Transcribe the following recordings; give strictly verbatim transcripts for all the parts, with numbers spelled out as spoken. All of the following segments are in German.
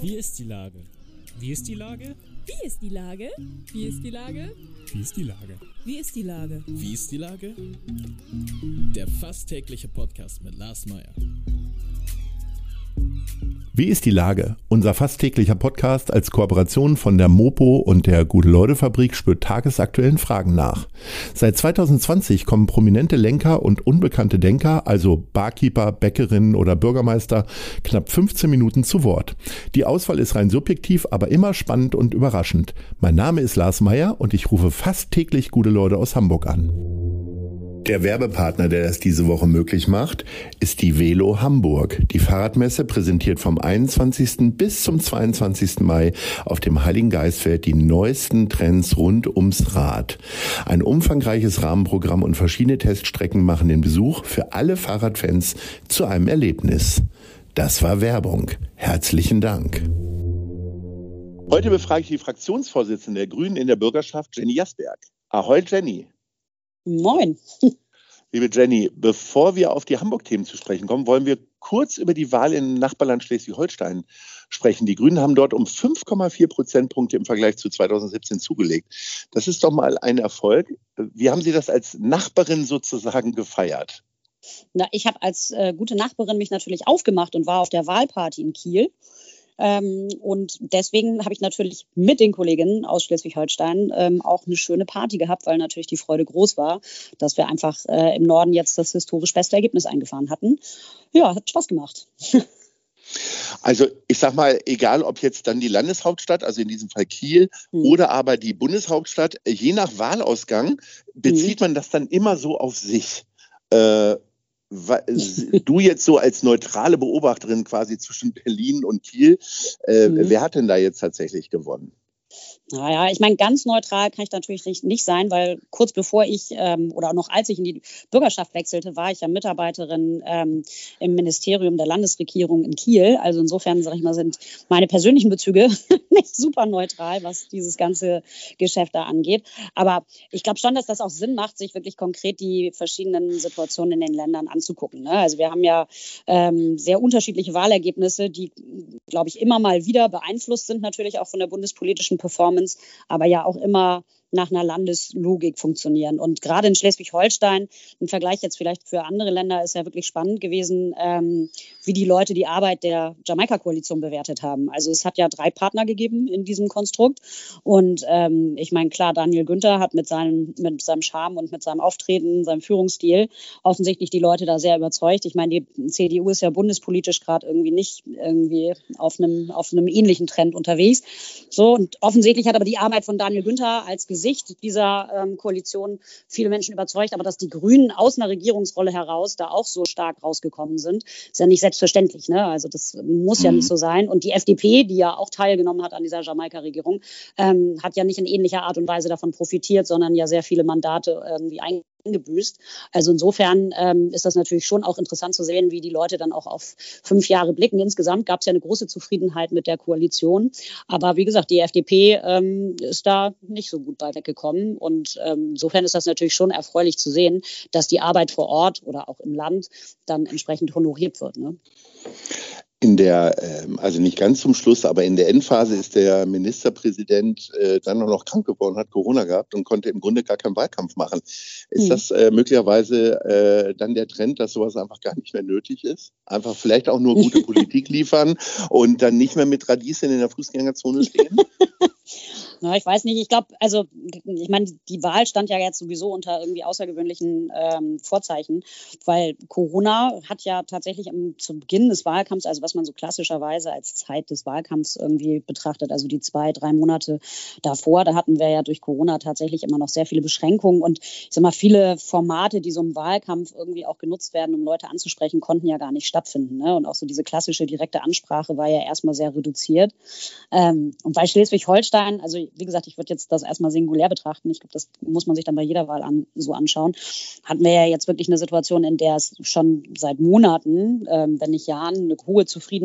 Wie ist die Lage? Wie ist die Lage? Wie ist die Lage? Wie ist die Lage? Wie ist die Lage? Wie ist die Lage? Wie ist die Lage? Der fast tägliche Podcast mit Lars Meyer. Wie ist die Lage? Unser fast täglicher Podcast als Kooperation von der Mopo und der Gute-Leute-Fabrik spürt tagesaktuellen Fragen nach. Seit zwanzig zwanzig kommen prominente Lenker und unbekannte Denker, also Barkeeper, Bäckerinnen oder Bürgermeister, knapp fünfzehn Minuten zu Wort. Die Auswahl ist rein subjektiv, aber immer spannend und überraschend. Mein Name ist Lars Meyer und ich rufe fast täglich gute Leute aus Hamburg an. Der Werbepartner, der das diese Woche möglich macht, ist die Velo Hamburg. Die Fahrradmesse präsentiert vom einundzwanzigsten bis zum zweiundzwanzigsten Mai auf dem Heiligen Geistfeld die neuesten Trends rund ums Rad. Ein umfangreiches Rahmenprogramm und verschiedene Teststrecken machen den Besuch für alle Fahrradfans zu einem Erlebnis. Das war Werbung. Herzlichen Dank. Heute befrage ich die Fraktionsvorsitzende der Grünen in der Bürgerschaft, Jenny Jasberg. Ahoi, Jenny. Moin. Liebe Jenny, bevor wir auf die Hamburg-Themen zu sprechen kommen, wollen wir kurz über die Wahl im Nachbarland Schleswig-Holstein sprechen. Die Grünen haben dort um fünf Komma vier Prozentpunkte im Vergleich zu zweitausendsiebzehn zugelegt. Das ist doch mal ein Erfolg. Wie haben Sie das als Nachbarin sozusagen gefeiert? Na, ich habe als äh, gute Nachbarin mich natürlich aufgemacht und war auf der Wahlparty in Kiel. Ähm, und deswegen habe ich natürlich mit den Kolleginnen aus Schleswig-Holstein ähm, auch eine schöne Party gehabt, weil natürlich die Freude groß war, dass wir einfach äh, im Norden jetzt das historisch beste Ergebnis eingefahren hatten. Ja, hat Spaß gemacht. Also ich sag mal, egal ob jetzt dann die Landeshauptstadt, also in diesem Fall Kiel, hm. oder aber die Bundeshauptstadt, je nach Wahlausgang bezieht hm. man das dann immer so auf sich. Äh, Du jetzt so als neutrale Beobachterin quasi zwischen Berlin und Kiel, äh, mhm. wer hat denn da jetzt tatsächlich gewonnen? Naja, ich meine, ganz neutral kann ich natürlich nicht, nicht sein, weil kurz bevor ich ähm, oder noch als ich in die Bürgerschaft wechselte, war ich ja Mitarbeiterin ähm, im Ministerium der Landesregierung in Kiel. Also insofern, sage ich mal, sind meine persönlichen Bezüge nicht super neutral, was dieses ganze Geschäft da angeht. Aber ich glaube schon, dass das auch Sinn macht, sich wirklich konkret die verschiedenen Situationen in den Ländern anzugucken. Ne? Also wir haben ja ähm, sehr unterschiedliche Wahlergebnisse, die, glaube ich, immer mal wieder beeinflusst sind, natürlich auch von der bundespolitischen Performance, aber ja auch immer nach einer Landeslogik funktionieren. Und gerade in Schleswig-Holstein, im Vergleich jetzt vielleicht für andere Länder, ist ja wirklich spannend gewesen, ähm, wie die Leute die Arbeit der Jamaika-Koalition bewertet haben. Also es hat ja drei Partner gegeben in diesem Konstrukt. Und ähm, ich meine, klar, Daniel Günther hat mit seinem, mit seinem Charme und mit seinem Auftreten, seinem Führungsstil offensichtlich die Leute da sehr überzeugt. Ich meine, die C D U ist ja bundespolitisch gerade irgendwie nicht irgendwie auf einem, auf einem ähnlichen Trend unterwegs. So, und offensichtlich hat aber die Arbeit von Daniel Günther als Gesicht dieser ähm, Koalition viele Menschen überzeugt. Aber dass die Grünen aus einer Regierungsrolle heraus da auch so stark rausgekommen sind, ist ja nicht selbstverständlich. Ne? Also das muss mhm. ja nicht so sein. Und die F D P, die ja auch teilgenommen hat an dieser Jamaika-Regierung, ähm, hat ja nicht in ähnlicher Art und Weise davon profitiert, sondern ja sehr viele Mandate irgendwie eingegangen. Gebüßt. Also insofern ähm, ist das natürlich schon auch interessant zu sehen, wie die Leute dann auch auf fünf Jahre blicken. Insgesamt gab es ja eine große Zufriedenheit mit der Koalition. Aber wie gesagt, die F D P ähm, ist da nicht so gut bei weggekommen. Und ähm, insofern ist das natürlich schon erfreulich zu sehen, dass die Arbeit vor Ort oder auch im Land dann entsprechend honoriert wird. Ne? In der, also nicht ganz zum Schluss, aber in der Endphase ist der Ministerpräsident äh, dann auch noch krank geworden, hat Corona gehabt und konnte im Grunde gar keinen Wahlkampf machen. Ist hm. das äh, möglicherweise äh, dann der Trend, dass sowas einfach gar nicht mehr nötig ist? Einfach vielleicht auch nur gute Politik liefern und dann nicht mehr mit Radieschen in der Fußgängerzone stehen? Na, ich weiß nicht, ich glaube, also ich meine, die Wahl stand ja jetzt sowieso unter irgendwie außergewöhnlichen ähm, Vorzeichen, weil Corona hat ja tatsächlich am, zu Beginn des Wahlkampfs, also was man so klassischerweise als Zeit des Wahlkampfs irgendwie betrachtet, also die zwei, drei Monate davor, da hatten wir ja durch Corona tatsächlich immer noch sehr viele Beschränkungen und ich sag mal, viele Formate, die so im Wahlkampf irgendwie auch genutzt werden, um Leute anzusprechen, konnten ja gar nicht stattfinden. Ne? Und auch so diese klassische direkte Ansprache war ja erstmal sehr reduziert. Ähm, und bei Schleswig-Holstein, also wie gesagt, ich würde jetzt das erstmal singulär betrachten. Ich glaube, das muss man sich dann bei jeder Wahl an, so anschauen. Hatten wir ja jetzt wirklich eine Situation, in der es schon seit Monaten, ähm, wenn nicht Jahren, eine hohe Zufriedenheit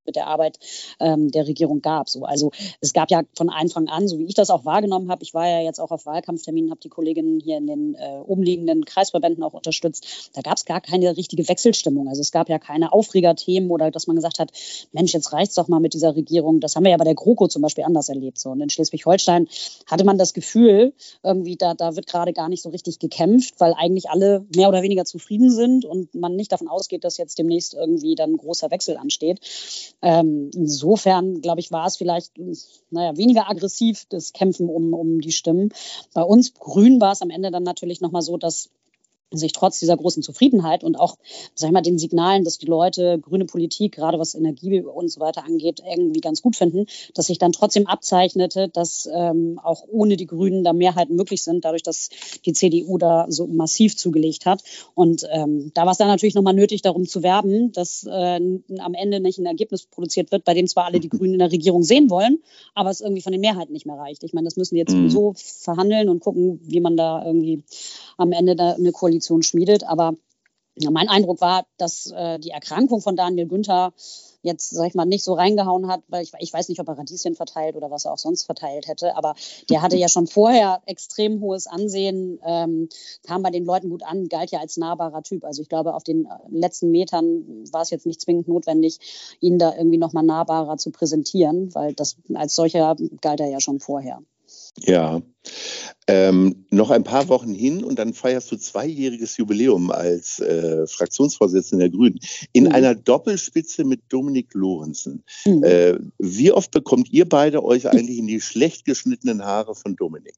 mit der Arbeit ähm, der Regierung gab. So, also es gab ja von Anfang an, so wie ich das auch wahrgenommen habe, ich war ja jetzt auch auf Wahlkampfterminen, habe die Kolleginnen hier in den äh, umliegenden Kreisverbänden auch unterstützt, da gab es gar keine richtige Wechselstimmung. Also es gab ja keine Aufregerthemen oder dass man gesagt hat, Mensch, jetzt reicht's doch mal mit dieser Regierung. Das haben wir ja bei der GroKo zum Beispiel anders erlebt. So. Und in Schleswig-Holstein hatte man das Gefühl, irgendwie da, da wird gerade gar nicht so richtig gekämpft, weil eigentlich alle mehr oder weniger zufrieden sind und man nicht davon ausgeht, dass jetzt demnächst irgendwie dann ein großer Wechsel ansteht. Ähm, insofern, glaube ich, war es vielleicht naja, weniger aggressiv, das Kämpfen um, um die Stimmen. Bei uns Grünen war es am Ende dann natürlich nochmal so, dass sich trotz dieser großen Zufriedenheit und auch, sag ich mal, den Signalen, dass die Leute grüne Politik, gerade was Energie und so weiter angeht, irgendwie ganz gut finden, dass sich dann trotzdem abzeichnete, dass ähm, auch ohne die Grünen da Mehrheiten möglich sind, dadurch, dass die C D U da so massiv zugelegt hat. Und ähm, da war es dann natürlich nochmal nötig, darum zu werben, dass äh, am Ende nicht ein Ergebnis produziert wird, bei dem zwar alle die Grünen in der Regierung sehen wollen, aber es irgendwie von den Mehrheiten nicht mehr reicht. Ich meine, das müssen die jetzt sowieso verhandeln und gucken, wie man da irgendwie am Ende da eine Koalition schmiedet. Aber ja, mein Eindruck war, dass äh, die Erkrankung von Daniel Günther jetzt, sag ich mal, nicht so reingehauen hat, weil ich, ich weiß nicht, ob er Radieschen verteilt oder was er auch sonst verteilt hätte, aber der hatte ja schon vorher extrem hohes Ansehen, ähm, kam bei den Leuten gut an, galt ja als nahbarer Typ. Also ich glaube, auf den letzten Metern war es jetzt nicht zwingend notwendig, ihn da irgendwie nochmal nahbarer zu präsentieren, weil das als solcher galt er ja schon vorher. Ja, ähm, noch ein paar Wochen hin und dann feierst du zweijähriges Jubiläum als äh, Fraktionsvorsitzender der Grünen in mhm. einer Doppelspitze mit Dominik Lorenzen. Mhm. Äh, wie oft bekommt ihr beide euch eigentlich in die schlecht geschnittenen Haare von Dominik?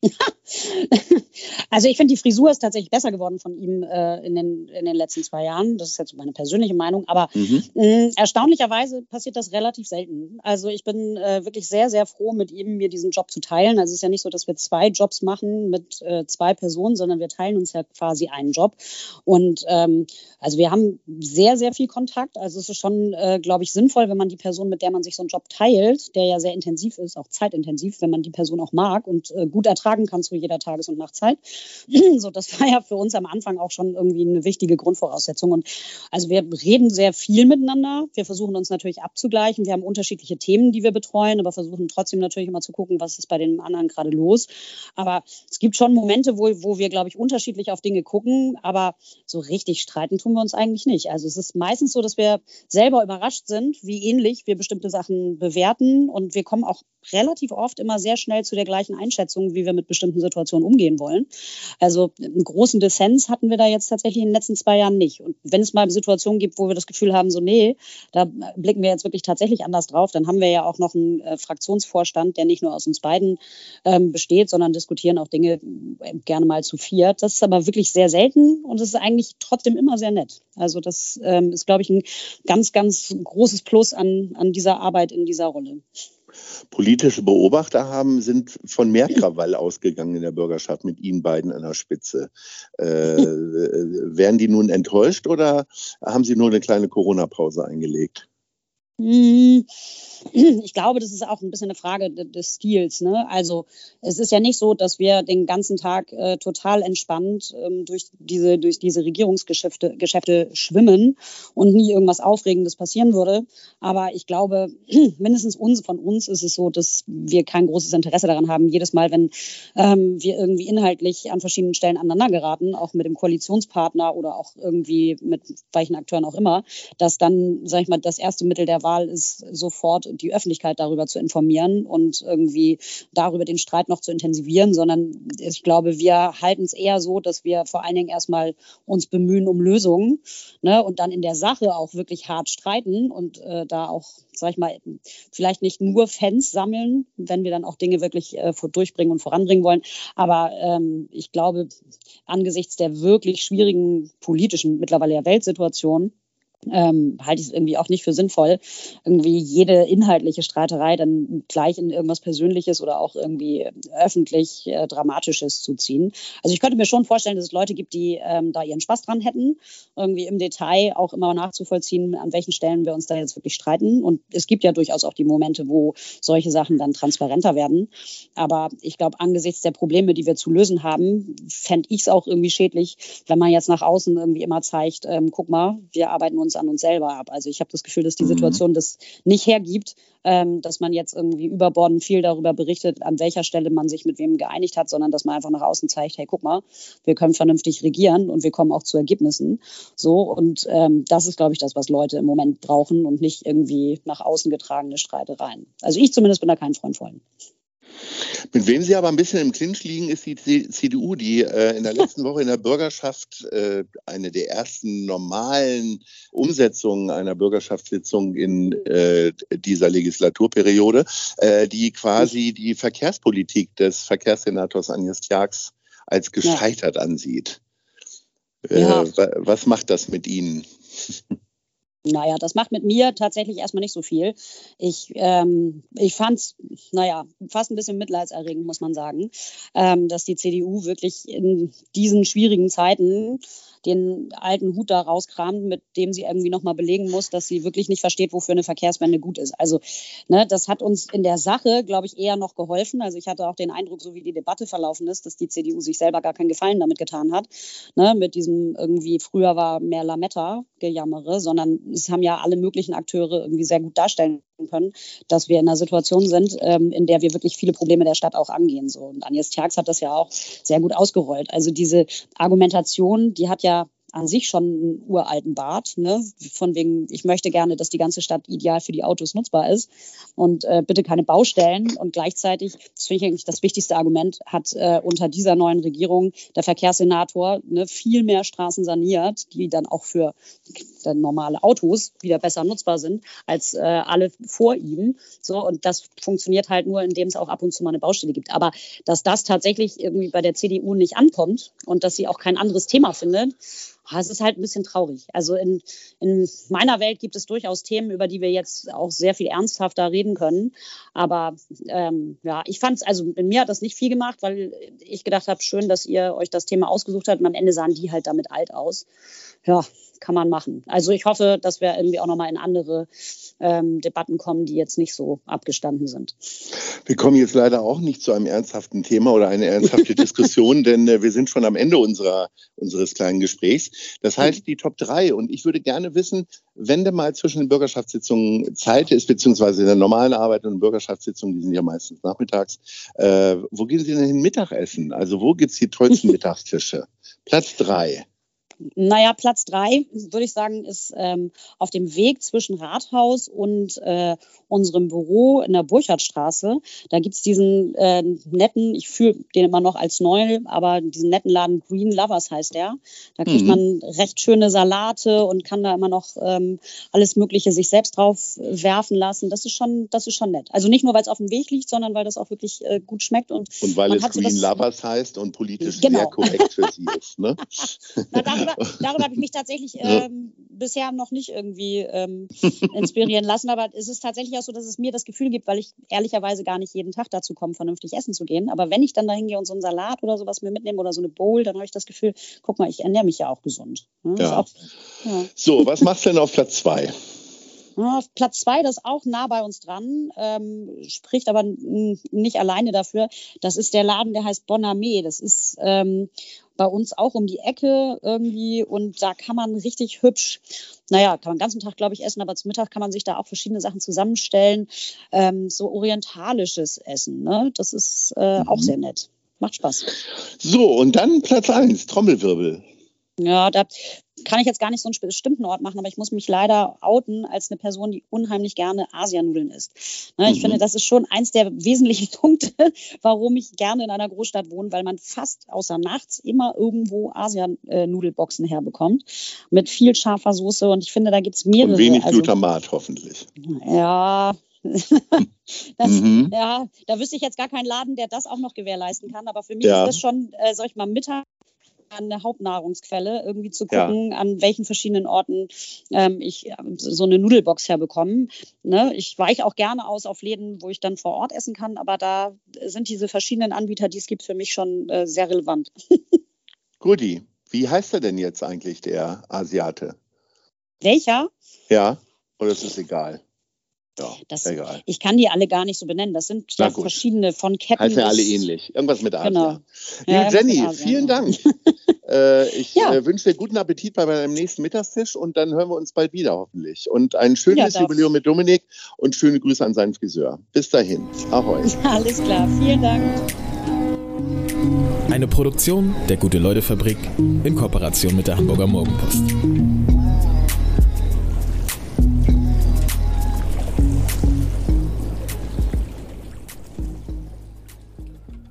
Also ich finde, die Frisur ist tatsächlich besser geworden von ihm äh, in, den, in den letzten zwei Jahren. Das ist jetzt meine persönliche Meinung. Aber mhm. mh, erstaunlicherweise passiert das relativ selten. Also ich bin äh, wirklich sehr, sehr froh, mit ihm mir diesen Job zu teilen. Also es ist ja nicht so, dass wir zwei Jobs machen mit äh, zwei Personen, sondern wir teilen uns ja quasi einen Job. Und ähm, also wir haben sehr, sehr viel Kontakt. Also es ist schon, äh, glaube ich, sinnvoll, wenn man die Person, mit der man sich so einen Job teilt, der ja sehr intensiv ist, auch zeitintensiv, wenn man die Person auch mag und äh, gut ertragen kann zu jeder Tages- und Nachtzeit. So, das war ja für uns am Anfang auch schon irgendwie eine wichtige Grundvoraussetzung. Und also wir reden sehr viel miteinander. Wir versuchen uns natürlich abzugleichen. Wir haben unterschiedliche Themen, die wir betreuen, aber versuchen trotzdem natürlich immer zu gucken, was ist bei den anderen gerade los. Aber es gibt schon Momente, wo, wo wir, glaube ich, unterschiedlich auf Dinge gucken, aber so richtig streiten tun wir uns eigentlich nicht. Also es ist meistens so, dass wir selber überrascht sind, wie ähnlich wir bestimmte Sachen bewerten, und wir kommen auch relativ oft immer sehr schnell zu der gleichen Einschätzung, wie wir mit bestimmten Situationen umgehen wollen. Also einen großen Dissens hatten wir da jetzt tatsächlich in den letzten zwei Jahren nicht. Und wenn es mal Situationen gibt, wo wir das Gefühl haben, so nee, da blicken wir jetzt wirklich tatsächlich anders drauf, dann haben wir ja auch noch einen äh, Fraktionsvorstand, der nicht nur aus uns beiden ähm, besteht, sondern diskutieren auch Dinge äh, gerne mal zu viert. Das ist aber wirklich sehr selten und es ist eigentlich trotzdem immer sehr nett. Also das ähm, ist, glaube ich, ein ganz, ganz großes Plus an, an dieser Arbeit in dieser Rolle. Politische Beobachter haben, sind von mehr Krawall ausgegangen in der Bürgerschaft mit Ihnen beiden an der Spitze. Äh, wären die nun enttäuscht oder haben Sie nur eine kleine Corona-Pause eingelegt? Ich glaube, das ist auch ein bisschen eine Frage des Stils. Ne? Also es ist ja nicht so, dass wir den ganzen Tag äh, total entspannt ähm, durch diese, durch diese Regierungsgeschäfte Geschäfte schwimmen und nie irgendwas Aufregendes passieren würde. Aber ich glaube, mindestens uns, von uns ist es so, dass wir kein großes Interesse daran haben, jedes Mal, wenn ähm, wir irgendwie inhaltlich an verschiedenen Stellen aneinander geraten, auch mit dem Koalitionspartner oder auch irgendwie mit welchen Akteuren auch immer, dass dann, sag ich mal, das erste Mittel der Wahl ist, sofort die Öffentlichkeit darüber zu informieren und irgendwie darüber den Streit noch zu intensivieren, sondern ich glaube, wir halten es eher so, dass wir vor allen Dingen erstmal uns bemühen um Lösungen, ne, und dann in der Sache auch wirklich hart streiten und äh, da auch, sag ich mal, vielleicht nicht nur Fans sammeln, wenn wir dann auch Dinge wirklich äh, durchbringen und voranbringen wollen. Aber ähm, ich glaube, angesichts der wirklich schwierigen politischen, mittlerweile ja Weltsituation, Ähm, halte ich es irgendwie auch nicht für sinnvoll, irgendwie jede inhaltliche Streiterei dann gleich in irgendwas Persönliches oder auch irgendwie öffentlich äh, Dramatisches zu ziehen. Also ich könnte mir schon vorstellen, dass es Leute gibt, die ähm, da ihren Spaß dran hätten, irgendwie im Detail auch immer nachzuvollziehen, an welchen Stellen wir uns da jetzt wirklich streiten. Und es gibt ja durchaus auch die Momente, wo solche Sachen dann transparenter werden. Aber ich glaube, angesichts der Probleme, die wir zu lösen haben, fände ich es auch irgendwie schädlich, wenn man jetzt nach außen irgendwie immer zeigt, ähm, guck mal, wir arbeiten uns uns an uns selber ab. Also ich habe das Gefühl, dass die Situation das nicht hergibt, ähm, dass man jetzt irgendwie überbordend viel darüber berichtet, an welcher Stelle man sich mit wem geeinigt hat, sondern dass man einfach nach außen zeigt, hey, guck mal, wir können vernünftig regieren und wir kommen auch zu Ergebnissen. So, und ähm, das ist, glaube ich, das, was Leute im Moment brauchen und nicht irgendwie nach außen getragene Streitereien. Also ich zumindest bin da kein Freund von. Mit wem Sie aber ein bisschen im Clinch liegen, ist die C D U, die äh, in der letzten Woche in der Bürgerschaft äh, eine der ersten normalen Umsetzungen einer Bürgerschaftssitzung in äh, dieser Legislaturperiode, äh, die quasi die Verkehrspolitik des Verkehrssenators Agnes Tjax als gescheitert ja. ansieht. Äh, ja. Was macht das mit Ihnen? Naja, das macht mit mir tatsächlich erstmal nicht so viel. Ich, ähm, ich fand es, naja, fast ein bisschen mitleidserregend, muss man sagen, ähm, dass die C D U wirklich in diesen schwierigen Zeiten den alten Hut da rauskramt, mit dem sie irgendwie nochmal belegen muss, dass sie wirklich nicht versteht, wofür eine Verkehrswende gut ist. Also ne, das hat uns in der Sache, glaube ich, eher noch geholfen. Also ich hatte auch den Eindruck, so wie die Debatte verlaufen ist, dass die C D U sich selber gar keinen Gefallen damit getan hat. Ne, mit diesem irgendwie, früher war mehr Lametta-Gejammere, sondern es haben ja alle möglichen Akteure irgendwie sehr gut darstellen können, dass wir in einer Situation sind, ähm, in der wir wirklich viele Probleme der Stadt auch angehen. So. Und Agnes Tjax hat das ja auch sehr gut ausgerollt. Also diese Argumentation, die hat ja an sich schon einen uralten Bart, ne? Von wegen, ich möchte gerne, dass die ganze Stadt ideal für die Autos nutzbar ist und äh, bitte keine Baustellen. Und gleichzeitig, das finde ich eigentlich das wichtigste Argument, hat äh, unter dieser neuen Regierung der Verkehrssenator ne, viel mehr Straßen saniert, die dann auch für äh, normale Autos wieder besser nutzbar sind, als äh, alle vor ihm. So, und das funktioniert halt nur, indem es auch ab und zu mal eine Baustelle gibt. Aber dass das tatsächlich irgendwie bei der C D U nicht ankommt und dass sie auch kein anderes Thema findet, es ist halt ein bisschen traurig. Also in, in meiner Welt gibt es durchaus Themen, über die wir jetzt auch sehr viel ernsthafter reden können. Aber ähm, ja, ich fand es, also in mir hat das nicht viel gemacht, weil ich gedacht habe, schön, dass ihr euch das Thema ausgesucht habt und am Ende sahen die halt damit alt aus. Ja, kann man machen. Also ich hoffe, dass wir irgendwie auch nochmal in andere ähm, Debatten kommen, die jetzt nicht so abgestanden sind. Wir kommen jetzt leider auch nicht zu einem ernsthaften Thema oder eine ernsthafte Diskussion, denn äh, wir sind schon am Ende unserer, unseres kleinen Gesprächs. Das heißt, die Top drei. Und ich würde gerne wissen, wenn denn mal zwischen den Bürgerschaftssitzungen Zeit ist, beziehungsweise in der normalen Arbeit und Bürgerschaftssitzungen, die sind ja meistens nachmittags, äh, wo gehen Sie denn hin Mittagessen? Also wo gibt es die tollsten Mittagstische? Platz drei. Naja, Platz drei, würde ich sagen, ist ähm, auf dem Weg zwischen Rathaus und äh, unserem Büro in der Burchardstraße. Da gibt's diesen äh, netten, ich fühle den immer noch als neu, aber diesen netten Laden Green Lovers heißt der. Da kriegt mhm. man recht schöne Salate und kann da immer noch ähm, alles Mögliche sich selbst drauf werfen lassen. Das ist schon, das ist schon nett. Also nicht nur, weil es auf dem Weg liegt, sondern weil das auch wirklich äh, gut schmeckt. Und, und weil es Green so Lovers heißt und politisch genau. sehr korrekt für Sie ist. Ne? Na, darüber darüber habe ich mich tatsächlich ähm, ja. bisher noch nicht irgendwie ähm, inspirieren lassen. Aber es ist tatsächlich auch so, dass es mir das Gefühl gibt, weil ich ehrlicherweise gar nicht jeden Tag dazu komme, vernünftig essen zu gehen. Aber wenn ich dann da hingehe und so einen Salat oder sowas mir mitnehme oder so eine Bowl, dann habe ich das Gefühl, guck mal, ich ernähre mich ja auch gesund. Ne? Ja. Auch, ja. So, was machst du denn auf Platz zwei? Auf Platz zwei, das ist auch nah bei uns dran, ähm, spricht aber n- nicht alleine dafür. Das ist der Laden, der heißt Bonamé. Das ist ähm, bei uns auch um die Ecke irgendwie und da kann man richtig hübsch, naja, kann man den ganzen Tag, glaube ich, essen, aber zum Mittag kann man sich da auch verschiedene Sachen zusammenstellen. Ähm, so orientalisches Essen, ne? Das ist äh, mhm. auch sehr nett. Macht Spaß. So, und dann Platz eins, Trommelwirbel. Ja, da kann ich jetzt gar nicht so einen bestimmten Ort machen, aber ich muss mich leider outen als eine Person, die unheimlich gerne Asianudeln isst. Ne, ich mhm. finde, das ist schon eins der wesentlichen Punkte, warum ich gerne in einer Großstadt wohne, weil man fast außer nachts immer irgendwo Asianudelboxen herbekommt mit viel scharfer Soße und ich finde, da gibt es mehrere. Und wenig also, Glutamat hoffentlich. Ja, das, mhm. ja, da wüsste ich jetzt gar keinen Laden, der das auch noch gewährleisten kann, aber für mich ja. ist das schon, äh, sag ich mal, Mittag eine Hauptnahrungsquelle, irgendwie zu gucken, ja. an welchen verschiedenen Orten ähm, ich äh, so eine Nudelbox herbekomme. Ne? Ich weiche auch gerne aus auf Läden, wo ich dann vor Ort essen kann, aber da sind diese verschiedenen Anbieter, die es gibt, für mich schon äh, sehr relevant. Guti, wie heißt er denn jetzt eigentlich, der Asiate? Welcher? Ja, oder ist es egal? Ja, das, egal. Ich kann die alle gar nicht so benennen. Das sind ja verschiedene von Ketten. Heißen ja alle ähnlich. Irgendwas mit Asien. Genau. Liebe ja, Jenny, Asien, vielen ja. Dank. Äh, ich Ja. äh, wünsche dir guten Appetit bei meinem nächsten Mittagstisch und dann hören wir uns bald wieder hoffentlich. Und ein schönes Ja, Jubiläum mit Dominik und schöne Grüße an seinen Friseur. Bis dahin. Ahoi. Alles klar, vielen Dank. Eine Produktion der Gute-Leute-Fabrik in Kooperation mit der Hamburger Morgenpost.